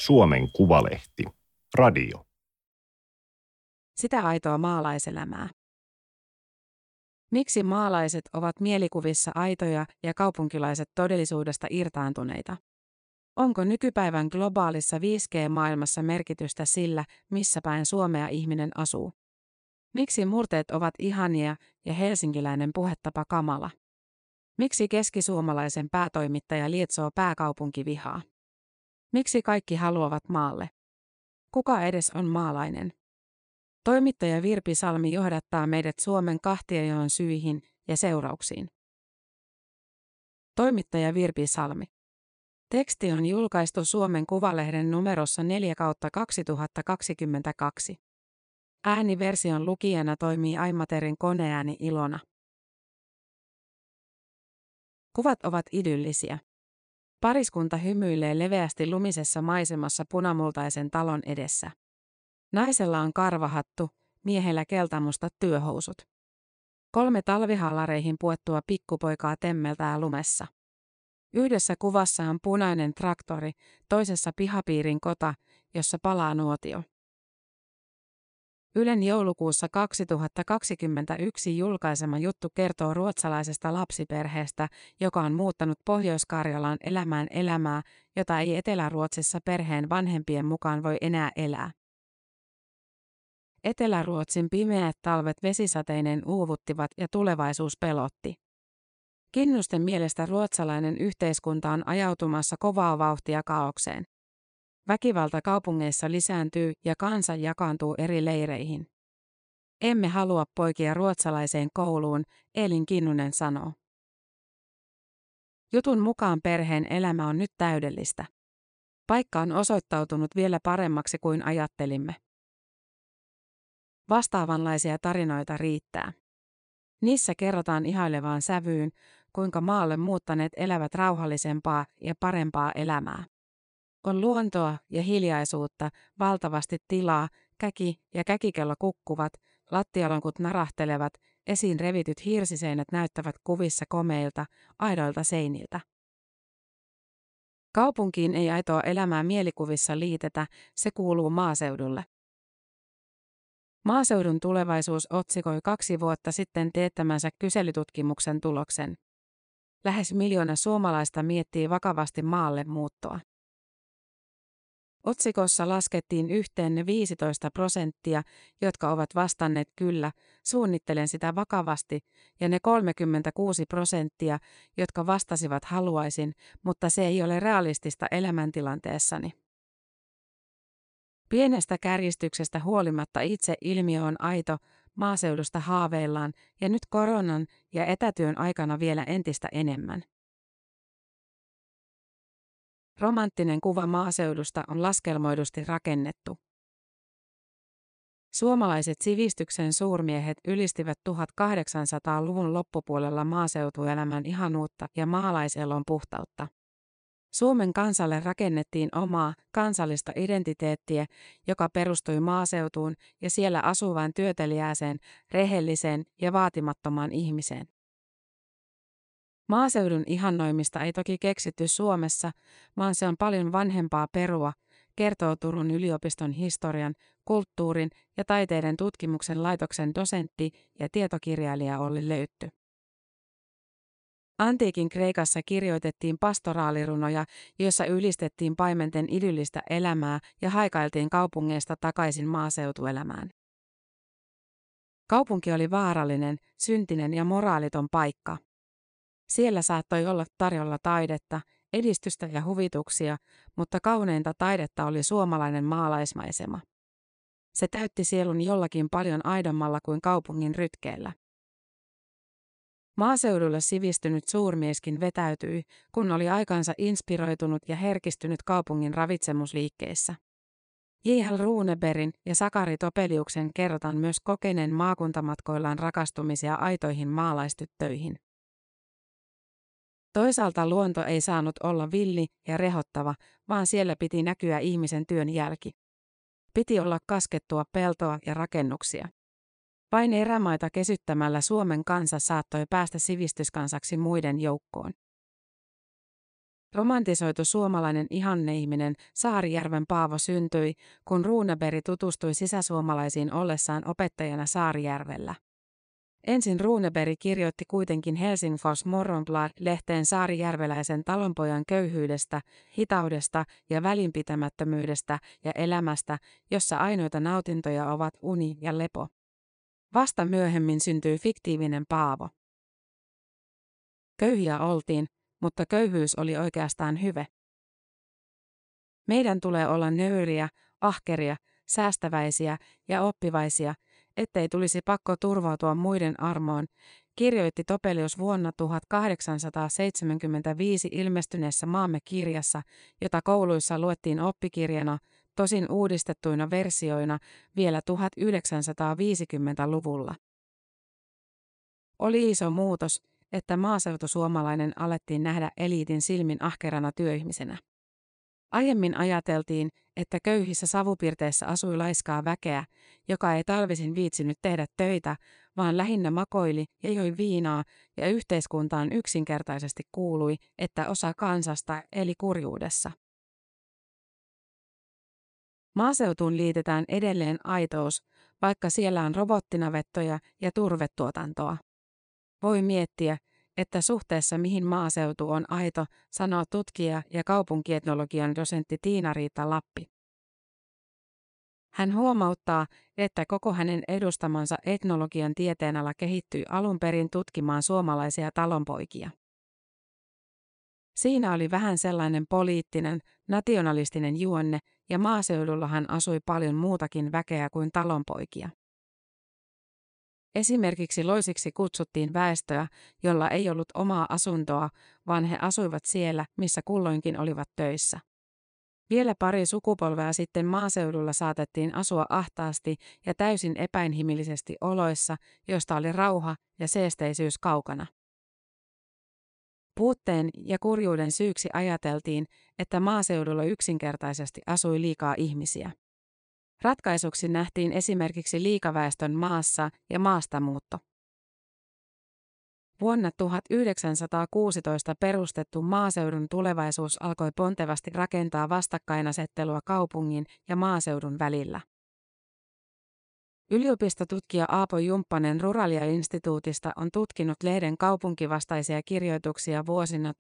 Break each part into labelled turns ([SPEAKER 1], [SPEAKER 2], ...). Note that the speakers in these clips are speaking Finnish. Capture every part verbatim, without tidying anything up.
[SPEAKER 1] Suomen Kuvalehti. Radio.
[SPEAKER 2] Sitä aitoa maalaiselämää. Miksi maalaiset ovat mielikuvissa aitoja ja kaupunkilaiset todellisuudesta irtaantuneita? Onko nykypäivän globaalissa viisi G-maailmassa merkitystä sillä, missä päin Suomea ihminen asuu? Miksi murteet ovat ihania ja helsinkiläinen puhetapa kamala? Miksi keskisuomalaisen päätoimittaja lietsoo pääkaupunkivihaa? Miksi kaikki haluavat maalle? Kuka edes on maalainen? Toimittaja Virpi Salmi johdattaa meidät Suomen kahtiajaon syihin ja seurauksiin. Toimittaja Virpi Salmi. Teksti on julkaistu Suomen Kuvalehden numerossa neljä kautta kaksituhattakaksikymmentäkaksi. Ääniversion lukijana toimii Aimaterin koneääni Ilona. Kuvat ovat idyllisiä. Pariskunta hymyilee leveästi lumisessa maisemassa punamultaisen talon edessä. Naisella on karvahattu, miehellä keltamustat työhousut. Kolme talvihallareihin puettua pikkupoikaa temmeltää lumessa. Yhdessä kuvassa on punainen traktori, toisessa pihapiirin kota, jossa palaa nuotio. Ylen joulukuussa kaksituhattakaksikymmentäyksi julkaisema juttu kertoo ruotsalaisesta lapsiperheestä, joka on muuttanut Pohjois-Karjalaan elämään elämää, jota ei Etelä-Ruotsissa perheen vanhempien mukaan voi enää elää. Etelä-Ruotsin pimeät talvet vesisateinen uuvuttivat ja tulevaisuus pelotti. Kinnusten mielestä ruotsalainen yhteiskunta on ajautumassa kovaa vauhtia kaaukseen. Väkivalta kaupungeissa lisääntyy ja kansa jakaantuu eri leireihin. Emme halua poikia ruotsalaiseen kouluun, Elin Kinnunen sanoo. Jutun mukaan perheen elämä on nyt täydellistä. Paikka on osoittautunut vielä paremmaksi kuin ajattelimme. Vastaavanlaisia tarinoita riittää. Niissä kerrotaan ihailevaan sävyyn, kuinka maalle muuttaneet elävät rauhallisempaa ja parempaa elämää. On luontoa ja hiljaisuutta, valtavasti tilaa, käki ja käkikello kukkuvat, lattialankut narahtelevat, esiin revityt hirsiseinät näyttävät kuvissa komeilta, aidoilta seiniltä. Kaupunkiin ei aitoa elämää mielikuvissa liitetä, se kuuluu maaseudulle. Maaseudun tulevaisuus otsikoi kaksi vuotta sitten teettämänsä kyselytutkimuksen tuloksen. Lähes miljoona suomalaista miettii vakavasti maalle muuttoa. Otsikossa laskettiin yhteen ne viisitoista prosenttia, jotka ovat vastanneet kyllä, suunnittelen sitä vakavasti, ja ne kolmekymmentäkuusi prosenttia, jotka vastasivat haluaisin, mutta se ei ole realistista elämäntilanteessani. Pienestä kärjistyksestä huolimatta itse ilmiö on aito, maaseudusta haaveillaan ja nyt koronan ja etätyön aikana vielä entistä enemmän. Romanttinen kuva maaseudusta on laskelmoidusti rakennettu. Suomalaiset sivistyksen suurmiehet ylistivät tuhatkahdeksansataaluvun loppupuolella maaseutuelämän ihanuutta ja maalaiselon puhtautta. Suomen kansalle rakennettiin omaa, kansallista identiteettiä, joka perustui maaseutuun ja siellä asuvaan työteliääseen, rehelliseen ja vaatimattomaan ihmiseen. Maaseudun ihannoimista ei toki keksitty Suomessa, vaan se on paljon vanhempaa perua, kertoo Turun yliopiston historian, kulttuurin ja taiteiden tutkimuksen laitoksen dosentti ja tietokirjailija Olli Löytty. Antiikin Kreikassa kirjoitettiin pastoraalirunoja, joissa ylistettiin paimenten idyllistä elämää ja haikailtiin kaupungeista takaisin maaseutuelämään. Kaupunki oli vaarallinen, syntinen ja moraaliton paikka. Siellä saattoi olla tarjolla taidetta, edistystä ja huvituksia, mutta kauneinta taidetta oli suomalainen maalaismaisema. Se täytti sielun jollakin paljon aidommalla kuin kaupungin rytkeellä. Maaseudulla sivistynyt suurmieskin vetäytyi, kun oli aikansa inspiroitunut ja herkistynyt kaupungin ravitsemusliikkeissä. J L Runebergin ja Sakari Topeliuksen kerrotaan myös kokeneen maakuntamatkoillaan rakastumisia aitoihin maalaistyttöihin. Toisaalta luonto ei saanut olla villi ja rehottava, vaan siellä piti näkyä ihmisen työn jälki. Piti olla kaskettua peltoa ja rakennuksia. Vain erämaita kesyttämällä Suomen kansa saattoi päästä sivistyskansaksi muiden joukkoon. Romantisoitu suomalainen ihanneihminen Saarijärven Paavo syntyi, kun Runeberg tutustui sisäsuomalaisiin ollessaan opettajana Saarijärvellä. Ensin Runeberg kirjoitti kuitenkin Helsingfors Morgonblad-lehteen saarijärveläisen talonpojan köyhyydestä, hitaudesta ja välinpitämättömyydestä ja elämästä, jossa ainoita nautintoja ovat uni ja lepo. Vasta myöhemmin syntyi fiktiivinen Paavo. Köyhiä oltiin, mutta köyhyys oli oikeastaan hyve. Meidän tulee olla nöyriä, ahkeria, säästäväisiä ja oppivaisia, ettei tulisi pakko turvautua muiden armoon, kirjoitti Topelius vuonna tuhatkahdeksansataaseitsemänkymmentäviisi ilmestyneessä Maamme kirjassa, jota kouluissa luettiin oppikirjana, tosin uudistettuina versioina vielä tuhatyhdeksänsataaviisikymmentäluvulla. Oli iso muutos, että maaseutusuomalainen alettiin nähdä eliitin silmin ahkerana työihmisenä. Aiemmin ajateltiin, että köyhissä savupirteissä asui laiskaa väkeä, joka ei talvisin viitsinyt tehdä töitä, vaan lähinnä makoili ja joi viinaa, ja yhteiskuntaan yksinkertaisesti kuului, että osa kansasta eli kurjuudessa. Maaseutuun liitetään edelleen aitous, vaikka siellä on robottinavettoja ja turvetuotantoa. Voi miettiä, että suhteessa mihin maaseutu on aito, sanoo tutkija ja kaupunkietnologian dosentti Tiina-Riitta Lappi. Hän huomauttaa, että koko hänen edustamansa etnologian tieteenala kehittyi alun perin tutkimaan suomalaisia talonpoikia. Siinä oli vähän sellainen poliittinen, nationalistinen juonne, ja maaseudullahan asui paljon muutakin väkeä kuin talonpoikia. Esimerkiksi loisiksi kutsuttiin väestöä, jolla ei ollut omaa asuntoa, vaan he asuivat siellä, missä kulloinkin olivat töissä. Vielä pari sukupolvea sitten maaseudulla saatettiin asua ahtaasti ja täysin epäinhimillisesti oloissa, joista oli rauha ja seesteisyys kaukana. Puutteen ja kurjuuden syyksi ajateltiin, että maaseudulla yksinkertaisesti asui liikaa ihmisiä. Ratkaisuksi nähtiin esimerkiksi liikaväestön maassa ja maastamuutto. Vuonna tuhatyhdeksänsataakuusitoista perustettu Maaseudun Tulevaisuus alkoi pontevasti rakentaa vastakkainasettelua kaupungin ja maaseudun välillä. Yliopistotutkija Aapo Jumppanen Ruralia-instituutista on tutkinut lehden kaupunkivastaisia kirjoituksia vuosina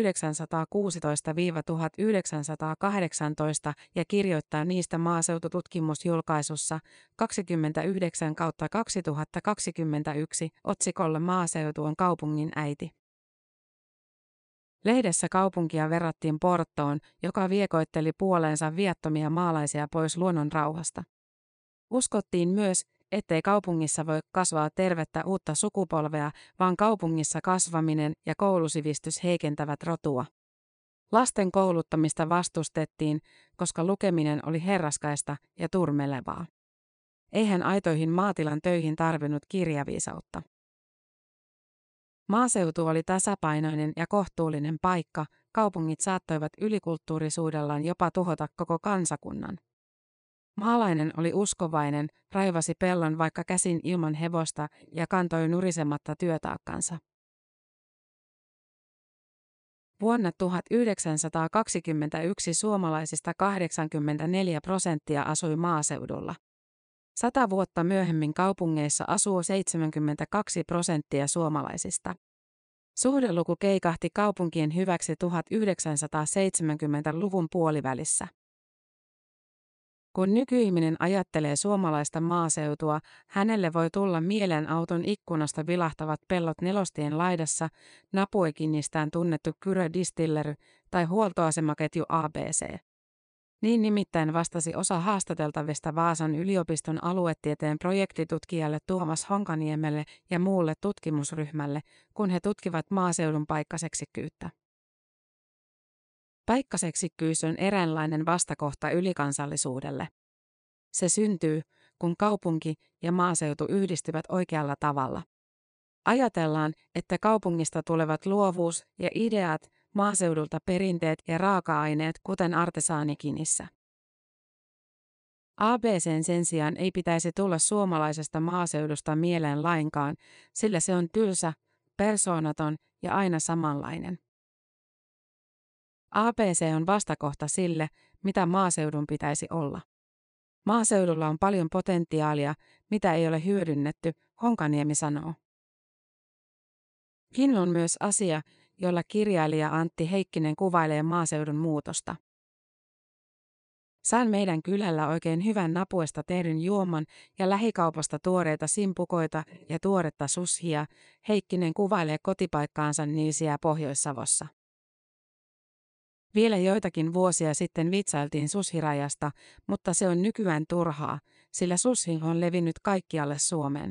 [SPEAKER 2] tuhatyhdeksänsataakuusitoista–tuhatyhdeksänsataakahdeksantoista ja kirjoittaa niistä maaseutututkimusjulkaisussa kaksikymmentäyhdeksän kautta kaksituhattakaksikymmentäyksi otsikolla Maaseutu on kaupungin äiti. Lehdessä kaupunkia verrattiin Porttoon, joka viekoitteli puoleensa viattomia maalaisia pois luonnon rauhasta. Uskottiin myös, ettei kaupungissa voi kasvaa tervettä uutta sukupolvea, vaan kaupungissa kasvaminen ja koulusivistys heikentävät rotua. Lasten kouluttamista vastustettiin, koska lukeminen oli herraskaista ja turmelevaa. Eihän aitoihin maatilan töihin tarvinnut kirjaviisautta. Maaseutu oli tasapainoinen ja kohtuullinen paikka, kaupungit saattoivat ylikulttuurisuudellaan jopa tuhota koko kansakunnan. Maalainen oli uskovainen, raivasi pellon vaikka käsin ilman hevosta ja kantoi nurisematta työtaakkansa. Vuonna tuhatyhdeksänsataakaksikymmentäyksi suomalaisista kahdeksankymmentäneljä prosenttia asui maaseudulla. Sata vuotta myöhemmin kaupungeissa asuu seitsemänkymmentäkaksi prosenttia suomalaisista. Suhdeluku keikahti kaupunkien hyväksi tuhatyhdeksänsataaseitsemänkymmentäluvun puolivälissä. Kun nykyihminen ajattelee suomalaista maaseutua, hänelle voi tulla mieleen auton ikkunasta vilahtavat pellot nelostien laidassa, Napuekinnistään tunnettu Kyrö Distillery tai huoltoasemaketju A B C. Niin nimittäin vastasi osa haastateltavista Vaasan yliopiston aluetieteen projektitutkijalle Tuomas Honkaniemelle ja muulle tutkimusryhmälle, kun he tutkivat maaseudun paikkaseksikkyyttä. Paikkaseksikkyys on eräänlainen vastakohta ylikansallisuudelle. Se syntyy, kun kaupunki ja maaseutu yhdistyvät oikealla tavalla. Ajatellaan, että kaupungista tulevat luovuus ja ideat, maaseudulta perinteet ja raaka-aineet, kuten artesaanikinissä. A B C:n sen sijaan ei pitäisi tulla suomalaisesta maaseudusta mieleen lainkaan, sillä se on tylsä, persoonaton ja aina samanlainen. A B C on vastakohta sille, mitä maaseudun pitäisi olla. Maaseudulla on paljon potentiaalia, mitä ei ole hyödynnetty, Honkaniemi sanoo. Kin on myös asia, jolla kirjailija Antti Heikkinen kuvailee maaseudun muutosta. Sain meidän kylällä oikein hyvän napuesta tehdyn juoman ja lähikaupasta tuoreita simpukoita ja tuoretta sushia, Heikkinen kuvailee kotipaikkaansa Nilsiää Pohjois-Savossa. Vielä joitakin vuosia sitten vitsailtiin sushirajasta, mutta se on nykyään turhaa, sillä sushi on levinnyt kaikkialle Suomeen.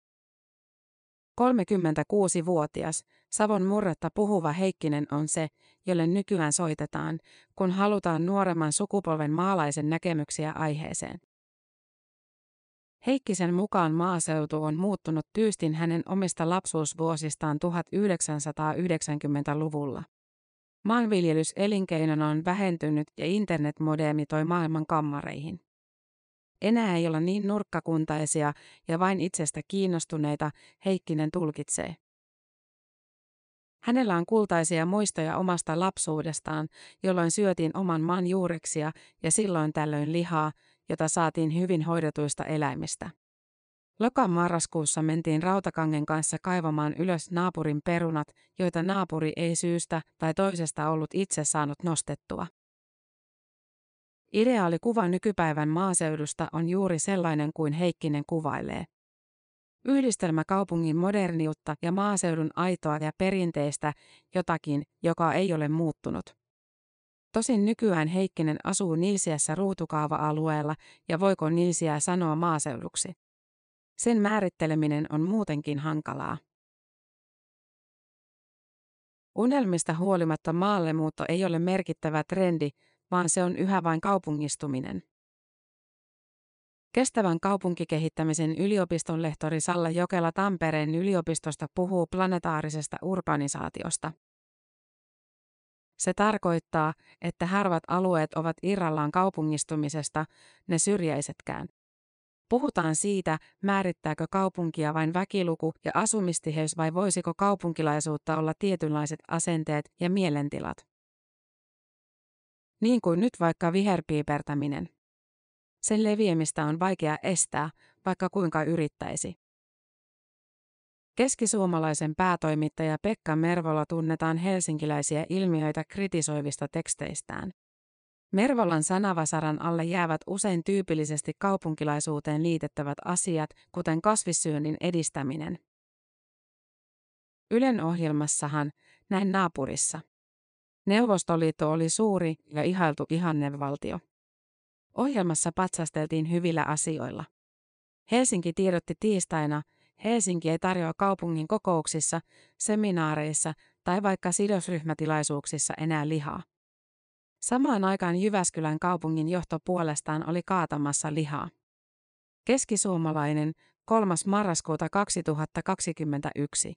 [SPEAKER 2] kolmekymmentäkuusivuotias, Savon murretta puhuva Heikkinen on se, jolle nykyään soitetaan, kun halutaan nuoremman sukupolven maalaisen näkemyksiä aiheeseen. Heikkisen mukaan maaseutu on muuttunut tyystin hänen omista lapsuusvuosistaan tuhatyhdeksänsataayhdeksänkymmentäluvulla. Maanviljelys elinkeinona on vähentynyt ja internetmodeemi toi maailman kammareihin. Enää ei olla niin nurkkakuntaisia ja vain itsestä kiinnostuneita, Heikkinen tulkitsee. Hänellä on kultaisia muistoja omasta lapsuudestaan, jolloin syötiin oman maan juureksia ja silloin tällöin lihaa, jota saatiin hyvin hoidetuista eläimistä. Loka-marraskuussa mentiin Rautakangen kanssa kaivamaan ylös naapurin perunat, joita naapuri ei syystä tai toisesta ollut itse saanut nostettua. Ideaali kuva nykypäivän maaseudusta on juuri sellainen kuin Heikkinen kuvailee. Yhdistelmä kaupungin moderniutta ja maaseudun aitoa ja perinteistä, jotakin, joka ei ole muuttunut. Tosin nykyään Heikkinen asuu Nilsiässä ruutukaava-alueella ja voiko Nilsiää sanoa maaseuduksi? Sen määritteleminen on muutenkin hankalaa. Unelmista huolimatta maallemuutto ei ole merkittävä trendi, vaan se on yhä vain kaupungistuminen. Kestävän kaupunkikehittämisen yliopiston lehtori Salla Jokela Tampereen yliopistosta puhuu planetaarisesta urbanisaatiosta. Se tarkoittaa, että harvat alueet ovat irrallaan kaupungistumisesta, ne syrjäisetkään. Puhutaan siitä, määrittääkö kaupunkia vain väkiluku ja asumistiheys vai voisiko kaupunkilaisuutta olla tietynlaiset asenteet ja mielentilat. Niin kuin nyt vaikka viherpiipertäminen. Sen leviämistä on vaikea estää, vaikka kuinka yrittäisi. Keskisuomalaisen päätoimittaja Pekka Mervola tunnetaan helsinkiläisiä ilmiöitä kritisoivista teksteistään. Mervolan sanavasaran alle jäävät usein tyypillisesti kaupunkilaisuuteen liitettävät asiat, kuten kasvissyönnin edistäminen. Ylen ohjelmassahan, näin naapurissa. Neuvostoliitto oli suuri ja ihailtu ihannevaltio. Ohjelmassa patsasteltiin hyvillä asioilla. Helsinki tiedotti tiistaina, Helsinki ei tarjoa kaupungin kokouksissa, seminaareissa tai vaikka sidosryhmätilaisuuksissa enää lihaa. Samaan aikaan Jyväskylän kaupungin johto puolestaan oli kaatamassa lihaa. Keskisuomalainen, kolmas marraskuuta kaksituhattakaksikymmentäyksi.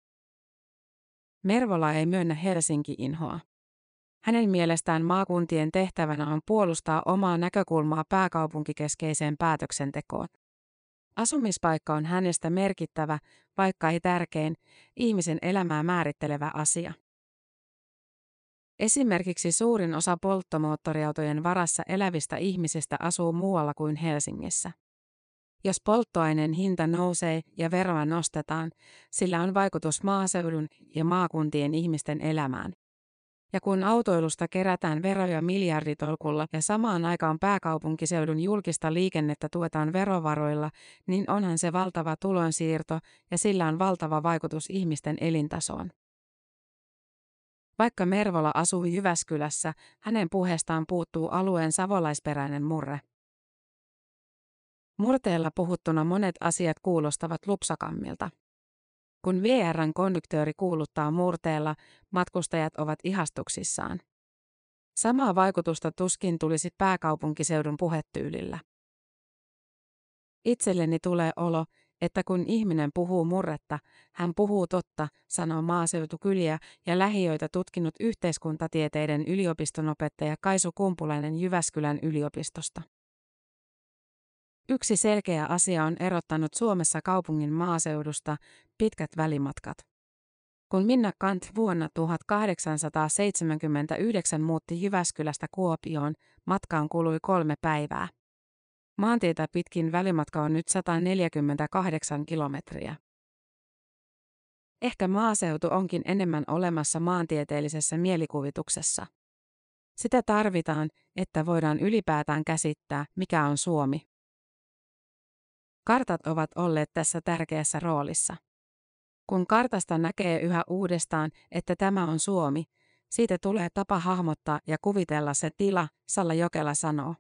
[SPEAKER 2] Mervola ei myönnä Helsinki-inhoa. Hänen mielestään maakuntien tehtävänä on puolustaa omaa näkökulmaa pääkaupunkikeskeiseen päätöksentekoon. Asumispaikka on hänestä merkittävä, vaikka ei tärkein, ihmisen elämää määrittelevä asia. Esimerkiksi suurin osa polttomoottoriautojen varassa elävistä ihmisistä asuu muualla kuin Helsingissä. Jos polttoaineen hinta nousee ja veroa nostetaan, sillä on vaikutus maaseudun ja maakuntien ihmisten elämään. Ja kun autoilusta kerätään veroja miljarditolkulla ja samaan aikaan pääkaupunkiseudun julkista liikennettä tuetaan verovaroilla, niin onhan se valtava tulonsiirto ja sillä on valtava vaikutus ihmisten elintasoon. Vaikka Mervola asuu Jyväskylässä, hänen puheestaan puuttuu alueen savolaisperäinen murre. Murteella puhuttuna monet asiat kuulostavat lupsakammilta. Kun V R:n konduktööri kuuluttaa murteella, matkustajat ovat ihastuksissaan. Samaa vaikutusta tuskin tulisi pääkaupunkiseudun puhetyylillä. Itselleni tulee olo, että kun ihminen puhuu murretta, hän puhuu totta, sanoo maaseutukyliä ja lähiöitä tutkinut yhteiskuntatieteiden yliopistonopettaja Kaisu Kumpulainen Jyväskylän yliopistosta. Yksi selkeä asia on erottanut Suomessa kaupungin maaseudusta, pitkät välimatkat. Kun Minna Kant vuonna tuhatkahdeksansataaseitsemänkymmentäyhdeksän muutti Jyväskylästä Kuopioon, matkaan kului kolme päivää. Maantietä pitkin välimatka on nyt sata neljäkymmentäkahdeksan kilometriä. Ehkä maaseutu onkin enemmän olemassa maantieteellisessä mielikuvituksessa. Sitä tarvitaan, että voidaan ylipäätään käsittää, mikä on Suomi. Kartat ovat olleet tässä tärkeässä roolissa. Kun kartasta näkee yhä uudestaan, että tämä on Suomi, siitä tulee tapa hahmottaa ja kuvitella se tila, Salla Jokela sanoo.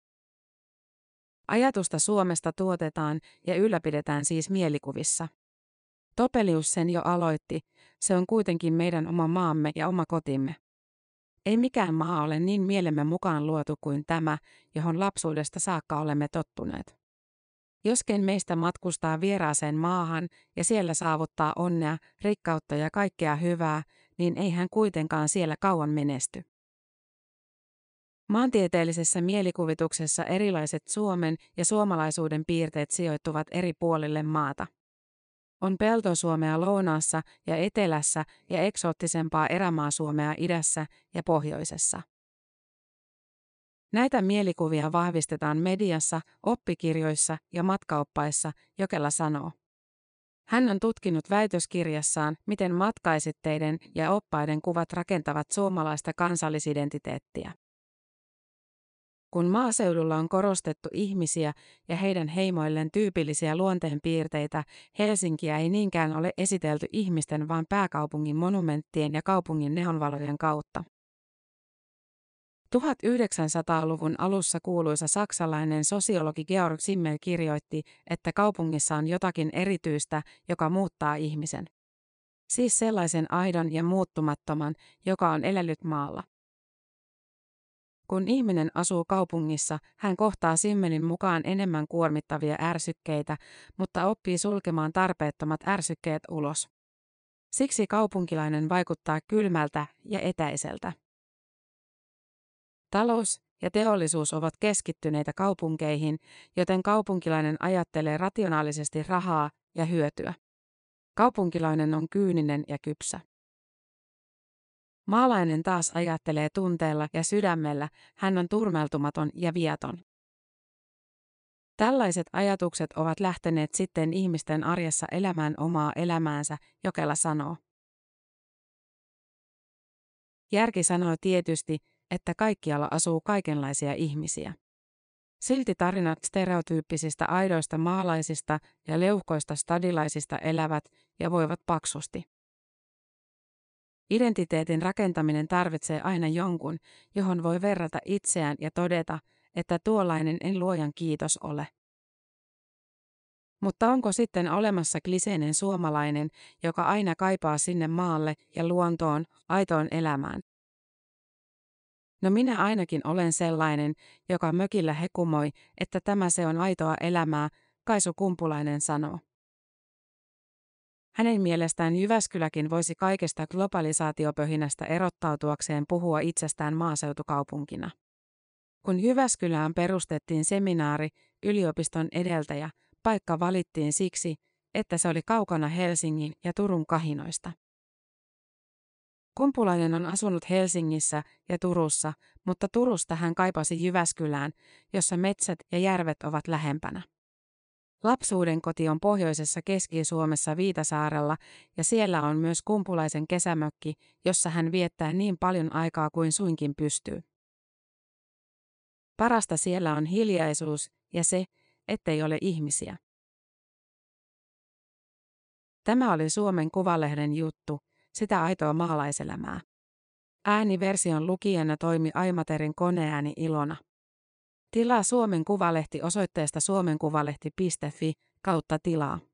[SPEAKER 2] Ajatusta Suomesta tuotetaan ja ylläpidetään siis mielikuvissa. Topelius sen jo aloitti, se on kuitenkin meidän oma maamme ja oma kotimme. Ei mikään maa ole niin mielemme mukaan luotu kuin tämä, johon lapsuudesta saakka olemme tottuneet. Joskin meistä matkustaa vieraaseen maahan ja siellä saavuttaa onnea, rikkautta ja kaikkea hyvää, niin ei hän kuitenkaan siellä kauan menesty. Maantieteellisessä mielikuvituksessa erilaiset Suomen ja suomalaisuuden piirteet sijoittuvat eri puolille maata. On peltosuomea lounaassa ja etelässä ja eksoottisempaa erämaasuomea idässä ja pohjoisessa. Näitä mielikuvia vahvistetaan mediassa, oppikirjoissa ja matkaoppaissa, Jokela sanoo. Hän on tutkinut väitöskirjassaan, miten matkaesitteiden ja oppaiden kuvat rakentavat suomalaista kansallisidentiteettiä. Kun maaseudulla on korostettu ihmisiä ja heidän heimoilleen tyypillisiä luonteenpiirteitä, Helsinkiä ei niinkään ole esitelty ihmisten vaan pääkaupungin monumenttien ja kaupungin neonvalojen kautta. tuhatyhdeksänsataaluvun alussa kuuluisa saksalainen sosiologi Georg Simmel kirjoitti, että kaupungissa on jotakin erityistä, joka muuttaa ihmisen. Siis sellaisen aidon ja muuttumattoman, joka on elellyt maalla. Kun ihminen asuu kaupungissa, hän kohtaa Simmelin mukaan enemmän kuormittavia ärsykkeitä, mutta oppii sulkemaan tarpeettomat ärsykkeet ulos. Siksi kaupunkilainen vaikuttaa kylmältä ja etäiseltä. Talous ja teollisuus ovat keskittyneitä kaupunkeihin, joten kaupunkilainen ajattelee rationaalisesti rahaa ja hyötyä. Kaupunkilainen on kyyninen ja kypsä. Maalainen taas ajattelee tunteella ja sydämellä, hän on turmeltumaton ja viaton. Tällaiset ajatukset ovat lähteneet sitten ihmisten arjessa elämään omaa elämäänsä, Jokela sanoo. Järki sanoo tietysti, että kaikkialla asuu kaikenlaisia ihmisiä. Silti tarinat stereotyyppisistä aidoista maalaisista ja leuhkoista stadilaisista elävät ja voivat paksusti. Identiteetin rakentaminen tarvitsee aina jonkun, johon voi verrata itseään ja todeta, että tuollainen en luojan kiitos ole. Mutta onko sitten olemassa kliseinen suomalainen, joka aina kaipaa sinne maalle ja luontoon, aitoon elämään? No minä ainakin olen sellainen, joka mökillä hekumoi, että tämä se on aitoa elämää, Kaisu Kumpulainen sanoo. Hänen mielestään Jyväskyläkin voisi kaikesta globalisaatiopöhinästä erottautuakseen puhua itsestään maaseutukaupunkina. Kun Jyväskylään perustettiin seminaari, yliopiston edeltäjä, paikka valittiin siksi, että se oli kaukana Helsingin ja Turun kahinoista. Kumpulainen on asunut Helsingissä ja Turussa, mutta Turusta hän kaipasi Jyväskylään, jossa metsät ja järvet ovat lähempänä. Lapsuuden koti on pohjoisessa Keski-Suomessa Viitasaarella ja siellä on myös Kumpulaisen kesämökki, jossa hän viettää niin paljon aikaa kuin suinkin pystyy. Parasta siellä on hiljaisuus ja se, ettei ole ihmisiä. Tämä oli Suomen Kuvalehden juttu, sitä aitoa maalaiselämää. Ääniversion lukijana toimi Aimaterin koneääni Ilona. Tilaa Suomen Kuvalehti osoitteesta suomenkuvalehti piste fi kautta tilaa.